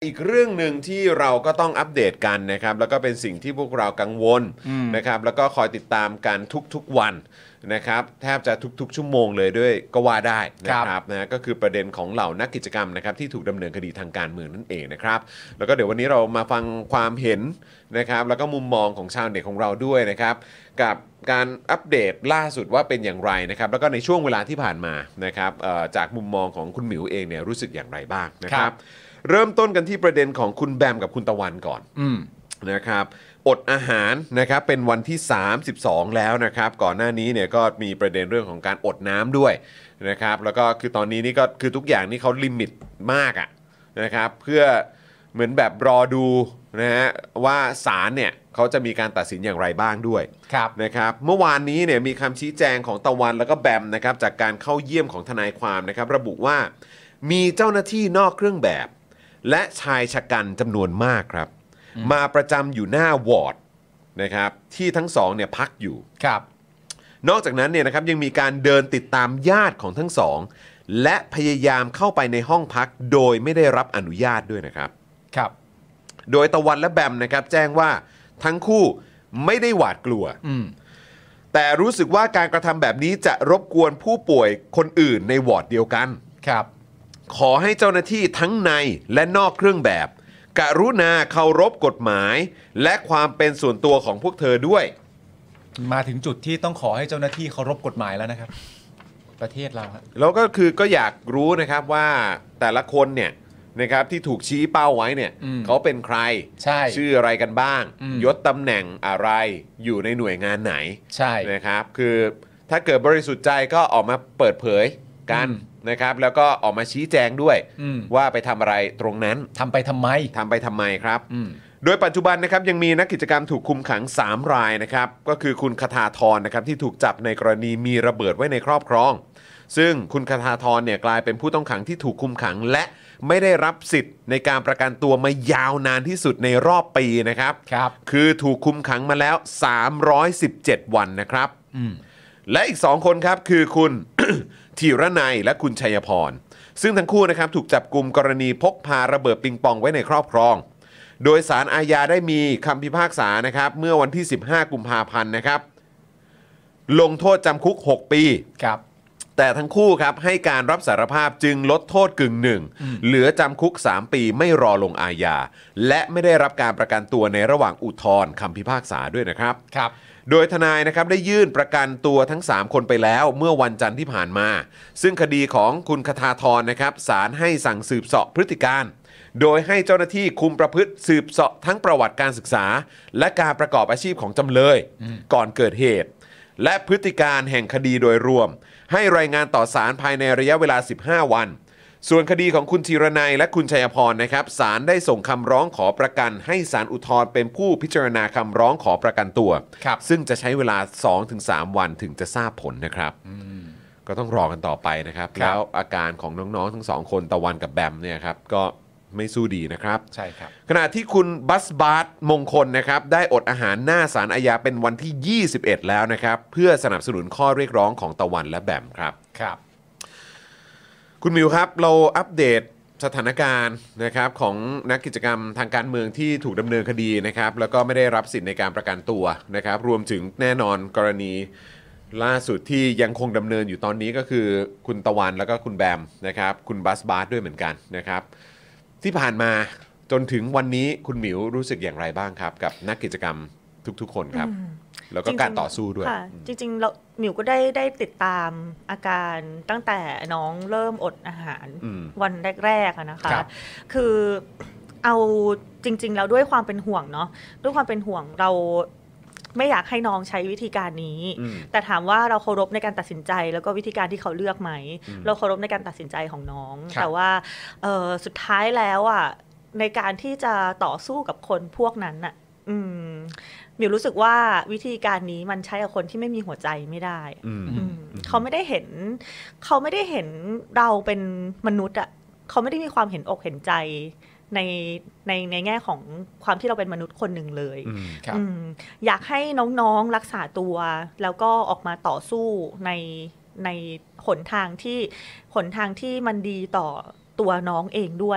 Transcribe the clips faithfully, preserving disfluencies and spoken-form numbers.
อีกเรื่องหนึ่งที่เราก็ต้องอัปเดตกันนะครับแล้วก็เป็นสิ่งที่พวกเรากังวลนะครับแล้วก็คอยติดตามกันทุกๆวันนะครับแทบจะทุกๆชั่วโมงเลยด้วยก็ว่าได้นะครับนะก็คือประเด็นของเหล่านักกิจกรรมนะครับที่ถูกดำเนินคดีทางการเมืองนั่นเองนะครับแล้วก็เดี๋ยววันนี้เรามาฟังความเห็นนะครับแล้วก็มุมมองของชาวเน็ตของเราด้วยนะครับกับการอัปเดตล่าสุดว่าเป็นอย่างไรนะครับแล้วก็ในช่วงเวลาที่ผ่านมานะครับจากมุมมองของคุณหมิวเองเนี่ยรู้สึกอย่างไรบ้างนะครับเริ่มต้นกันที่ประเด็นของคุณแบมกับคุณตะวันก่อนนะครับอดอาหารนะครับเป็นวันที่สามสิบสองแล้วนะครับก่อนหน้านี้เนี่ยก็มีประเด็นเรื่องของการอดน้ำด้วยนะครับแล้วก็คือตอนนี้นี่ก็คือทุกอย่างนี่เขาลิมิตมากอะนะครับเพื่อเหมือนแบบรอดูนะฮะว่าศาลเนี่ยเขาจะมีการตัดสินอย่างไรบ้างด้วยนะครับเมื่อวานนี้เนี่ยมีคำชี้แจงของตะวันแล้วก็แบมนะครับจากการเข้าเยี่ยมของทนายความนะครับระบุว่ามีเจ้าหน้าที่นอกเครื่องแบบและชายชะกันจำนวนมากครับมาประจำอยู่หน้าวอร์ดนะครับที่ทั้งสองเนี่ยพักอยู่ครับนอกจากนั้นเนี่ยนะครับยังมีการเดินติดตามญาติของทั้งสองและพยายามเข้าไปในห้องพักโดยไม่ได้รับอนุญาตด้วยนะครับครับโดยตะวันและแบมนะครับแจ้งว่าทั้งคู่ไม่ได้หวาดกลัวแต่รู้สึกว่าการกระทำแบบนี้จะรบกวนผู้ป่วยคนอื่นในวอร์ดเดียวกันครับขอให้เจ้าหน้าที่ทั้งในและนอกเครื่องแบบกรุณาเคารพกฎหมายและความเป็นส่วนตัวของพวกเธอด้วยมาถึงจุดที่ต้องขอให้เจ้าหน้าที่เคารพกฎหมายแล้วนะครับประเทศเราครับแล้วก็คือก็อยากรู้นะครับว่าแต่ละคนเนี่ยนะครับที่ถูกชี้เป้าไว้เนี่ยเขาเป็นใครชื่ออะไรกันบ้างยศตำแหน่งอะไรอยู่ในหน่วยงานไหนใช่นะครับคือถ้าเกิดบริสุทธิ์ใจก็ออกมาเปิดเผยกันนะครับแล้วก็ออกมาชี้แจงด้วยว่าไปทำอะไรตรงนั้นทำไปทำไมทำไปทำไมครับโดยปัจจุบันนะครับยังมีนักกิจกรรมถูกคุมขังสามรายนะครับก็คือคุณคทาธรนะครับที่ถูกจับในกรณีมีระเบิดไว้ในครอบครองซึ่งคุณคทาธรเนี่ยกลายเป็นผู้ต้องขังที่ถูกคุมขังและไม่ได้รับสิทธิ์ในการประกันตัวมายาวนานที่สุดในรอบปีนะครับครับคือถูกคุมขังมาแล้วสามร้อยสิบเจ็ดวันนะครับและอีกสองคนครับคือคุณ ธีรนัยและคุณชัยพรซึ่งทั้งคู่นะครับถูกจับกุมกรณีพกพาระเบิดปิงปองไว้ในครอบครองโดยศาลอาญาได้มีคำพิพากษานะครับเมื่อวันที่สิบห้ากุมภาพันธ์นะครับลงโทษจำคุกหกปีครับแต่ทั้งคู่ครับให้การรับสารภาพจึงลดโทษกึ่งหนึ่งเหลือจำคุกสามปีไม่รอลงอาญาและไม่ได้รับการประกันตัวในระหว่างอุทธรณ์คำพิพากษาด้วยนะครับครับโดยทนายนะครับได้ยื่นประกันตัวทั้งสามคนไปแล้วเมื่อวันจันทร์ที่ผ่านมาซึ่งคดีของคุณคทาธรนะครับศาลให้สั่งสืบเสาะพฤติการโดยให้เจ้าหน้าที่คุมประพฤติสืบเสาะทั้งประวัติการศึกษาและการประกอบอาชีพของจำเลยก่อนเกิดเหตุและพฤติการแห่งคดีโดยรวมให้รายงานต่อศาลภายในระยะเวลาสิบห้าวันส่วนคดีของคุณธีรนัยและคุณชัยพรนะครับศาลได้ส่งคำร้องขอประกันให้ศาลอุทธรณ์เป็นผู้พิจารณาคำร้องขอประกันตัวซึ่งจะใช้เวลา สองถึงสาม วันถึงจะทราบผลนะครับก็ต้องรอกันต่อไปนะครับแล้วอาการของน้องๆทั้งสองคนตะวันกับแบมเนี่ยครับก็ไม่สู้ดีนะครับใช่ครับขณะที่คุณบัสบาร์มงคลนะครับได้อดอาหารหน้าศาลอาญาเป็นวันที่ยี่สิบเอ็ดแล้วนะครับเพื่อสนับสนุนข้อเรียกร้องของตะวันและแบมครับครับคุณมิวครับเราอัปเดตสถานการณ์นะครับของนักกิจกรรมทางการเมืองที่ถูกดำเนินคดีนะครับแล้วก็ไม่ได้รับสิทธิ์ในการประกันตัวนะครับรวมถึงแน่นอนกรณีล่าสุดที่ยังคงดำเนินอยู่ตอนนี้ก็คือคุณตะวันแล้วก็คุณแบมนะครับคุณบัสบาร์ด้วยเหมือนกันนะครับที่ผ่านมาจนถึงวันนี้คุณหมิวรู้สึกอย่างไรบ้างครับกับนักกิจกรรมทุกๆคนครับแล้วก็การต่อสู้ด้วยจริงๆเราหมิวก็ได้ได้ติดตามอาการตั้งแต่น้องเริ่มอดอาหารวันแรกๆนะคะคือเอาจริงๆแล้วด้วยความเป็นห่วงเนาะด้วยความเป็นห่วงเราไม่อยากให้น้องใช้วิธีการนี้แต่ถามว่าเราเคารพในการตัดสินใจแล้วก็วิธีการที่เขาเลือกไหมเราเคารพในการตัดสินใจของน้องแต่ว่าสุดท้ายแล้วอ่ะในการที่จะต่อสู้กับคนพวกนั้นอ่ะมิวรู้สึกว่าวิธีการนี้มันใช้กับคนที่ไม่มีหัวใจไม่ได้เขาไม่ได้เห็นเขาไม่ได้เห็นเราเป็นมนุษย์อ่ะเขาไม่ได้มีความเห็นอกเห็นใจในในในแง่ของความที่เราเป็นมนุษย์คนหนึ่งเลยอยากให้น้องๆรักษาตัวแล้วก็ออกมาต่อสู้ในในหนทางที่หนทางที่มันดีต่อตัวน้องเองด้วย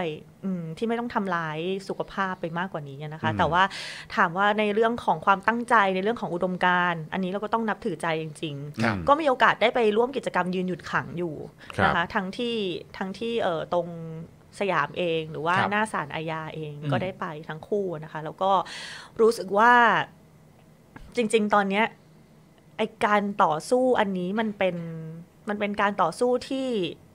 ที่ไม่ต้องทำร้ายสุขภาพไปมากกว่านี้นะคะแต่ว่าถามว่าในเรื่องของความตั้งใจในเรื่องของอุดมการณ์อันนี้เราก็ต้องนับถือใจจริงๆก็มีโอกาสได้ไปร่วมกิจกรรมยืนหยุดขังอยู่นะคะทั้งที่ทั้งที่เอ่อตรงสยามเองหรือว่าหน้าศาลอาญาเองก็ได้ไปทั้งคู่นะคะแล้วก็รู้สึกว่าจริงๆตอนเนี้ยไอการต่อสู้อันนี้มันเป็นมันเป็นการต่อสู้ที่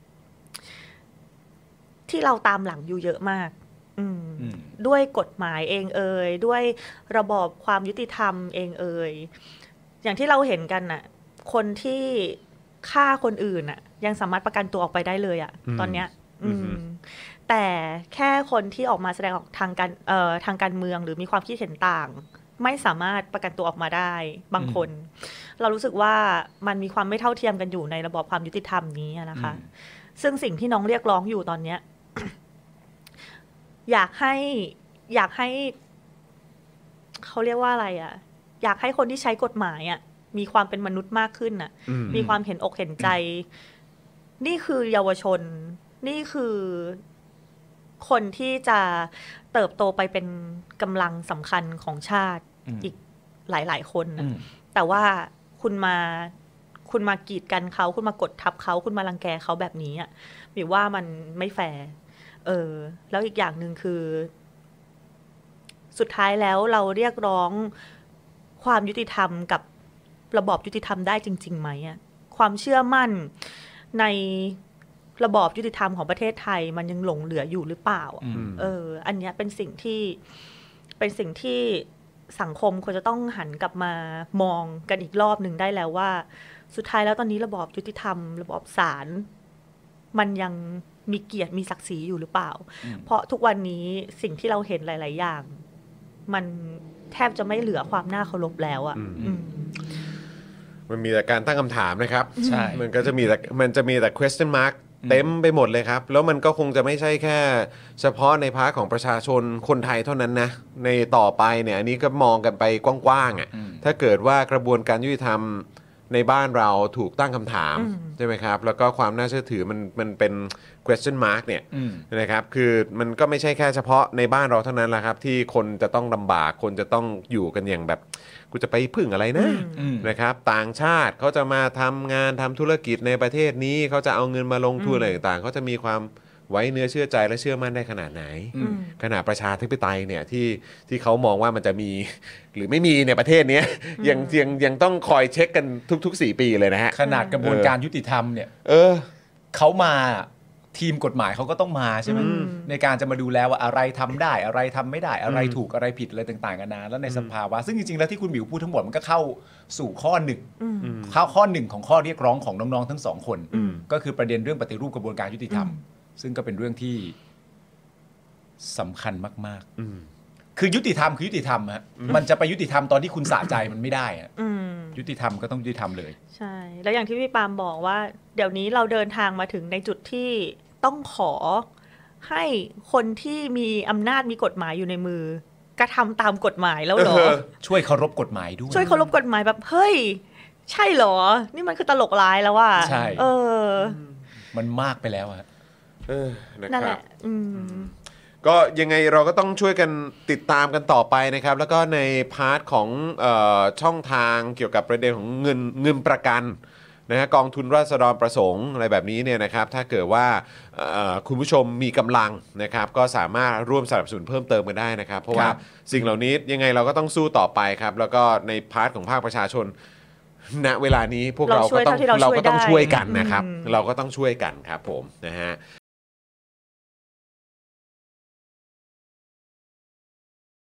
ที่เราตามหลังอยู่เยอะมากด้วยกฎหมายเองเอ่ยด้วยระบอบความยุติธรรมเองเอ่ยอย่างที่เราเห็นกันน่ะคนที่ฆ่าคนอื่นน่ะยังสามารถประกันตัวออกไปได้เลยอะตอนเนี้ยแต่แค่คนที่ออกมาแสดงออกทางการเอ่อทางการเมืองหรือมีความคิดเห็นต่างไม่สามารถประกันตัวออกมาได้บางคนเรารู้สึกว่ามันมีความไม่เท่าเทียมกันอยู่ในระบอบความยุติธรรมนี้นะคะซึ่งสิ่งที่น้องเรียกร้องอยู่ตอนเนี้ย อยากให้อยากให้เขาเรียกว่าอะไรอ่ะอยากให้คนที่ใช้กฎหมายอ่ะมีความเป็นมนุษย์มากขึ้นอ่ะมีความเห็นอกเห็นใจนี่คือเยาวชนนี่คือคนที่จะเติบโตไปเป็นกำลังสำคัญของชาติอีกหลายๆคนนะแต่ว่าคุณมาคุณมากีดกันเขาคุณมากดทับเขาคุณมารังแกเขาแบบนี้อ่ะหรือว่ามันไม่แฟร์เออแล้วอีกอย่างหนึ่งคือสุดท้ายแล้วเราเรียกร้องความยุติธรรมกับระบอบยุติธรรมได้จริงๆไหมอ่ะความเชื่อมั่นในระบอบยุติธรรมของประเทศไทยมันยังหลงเหลืออยู่หรือเปล่าเอออันนี้เป็นสิ่งที่เป็นสิ่งที่สังคมควรจะต้องหันกลับมามองกันอีกรอบหนึ่งได้แล้วว่าสุดท้ายแล้วตอนนี้ระบอบยุติธรรมระบอบศาลมันยังมีเกียรติมีศักดิ์ศรีอยู่หรือเปล่าเพราะทุกวันนี้สิ่งที่เราเห็นหลายๆอย่างมันแทบจะไม่เหลือความน่าเคารพแล้วอ่ะมันมีแต่การตั้งคำถามนะครับใช่มันก็จะมีแต่มันจะมีแต่ question mark เต็มไปหมดเลยครับแล้วมันก็คงจะไม่ใช่แค่เฉพาะในพาร์ทของประชาชนคนไทยเท่านั้นนะในต่อไปเนี่ยอันนี้ก็มองกันไปกว้างๆอ่ะถ้าเกิดว่ากระบวนการยุติธรรมในบ้านเราถูกตั้งคำถามใช่ไหมครับแล้วก็ความน่าเชื่อถือมันมันเป็น question mark เนี่ยนะครับคือมันก็ไม่ใช่แค่เฉพาะในบ้านเราเท่านั้นแหละครับที่คนจะต้องลำบากคนจะต้องอยู่กันอย่างแบบกูจะไปพึ่งอะไรนะนะครับต่างชาติเขาจะมาทำงานทำธุรกิจในประเทศนี้เขาจะเอาเงินมาลงทุนอะไรต่างๆเขาจะมีความไว้เนื้อเชื่อใจและเชื่อมั่นได้ขนาดไหนขนาดประชาธิปไตยเนี่ยที่ที่เขามองว่ามันจะมีหรือไม่มีในประเทศนี้ยังยังยังต้องคอยเช็คกันทุกๆสี่ปีเลยนะฮะขนาดกระบวนการยุติธรรมเนี่ยเออเขามาทีมกฎหมายเขาก็ต้องมาใช่ไหมในการจะมาดูแลว่าอะไรทำได้อะไรทำไม่ได้อะไรถูกอะไรผิดอะไรต่างๆกันานาแล้วในสภาวะซึ่งจริงๆแล้วที่คุณหมิวพูดทั้งหมดมันก็เข้าสู่ข้อหนึ่งเข้าข้อหนึ่งของข้อเรียกร้องของน้องๆทั้งสองคนก็คือประเด็นเรื่องปฏิรูปกระบวนการยุติธรรมซึ่งก็เป็นเรื่องที่สำคัญมากๆคือยุติธรรมคือยุติธรรมฮะมันจะไปยุติธรรมตอนที่คุณสะใจมันไม่ได้อะยุติธรรมก็ต้องยุติธรรมเลยใช่แล้วอย่างที่พี่ปาล์มบอกว่าเดี๋ยวนี้เราเดินทางมาถึงในจุดที่ต้องขอให้คนที่มีอำนาจมีกฎหมายอยู่ในมือกระทำตามกฎหมายแล้วเหรอช่วยเคารพกฎหมายด้วยช่วยเคารพกฎหมายแบบเฮ้ยใช่เหรอนี่มันคือตลกร้ายแล้วว่าใช่เออมันมากไปแล้วอะเออนะครับก็ยังไงเราก็ต้องช่วยกันติดตามกันต่อไปนะครับแล้วก็ในพาร์ทของเอ่อช่องทางเกี่ยวกับประเด็นของเงินเงินประกันนะฮะกองทุนราษฎรประสงค์อะไรแบบนี้เนี่ยนะครับถ้าเกิดว่าคุณผู้ชมมีกำลังนะครับก็สามารถร่วมสนับสนุนเพิ่มเติมกันได้นะครับเพราะว่าสิ่งเหล่านี้ยังไงเราก็ต้องสู้ต่อไปครับแล้วก็ในพาร์ทของภาคประชาชนณเวลานี้พวกเราก็ต้องเราก็ต้องช่วยกันนะครับเราก็ต้องช่วยกันครับผมนะฮะ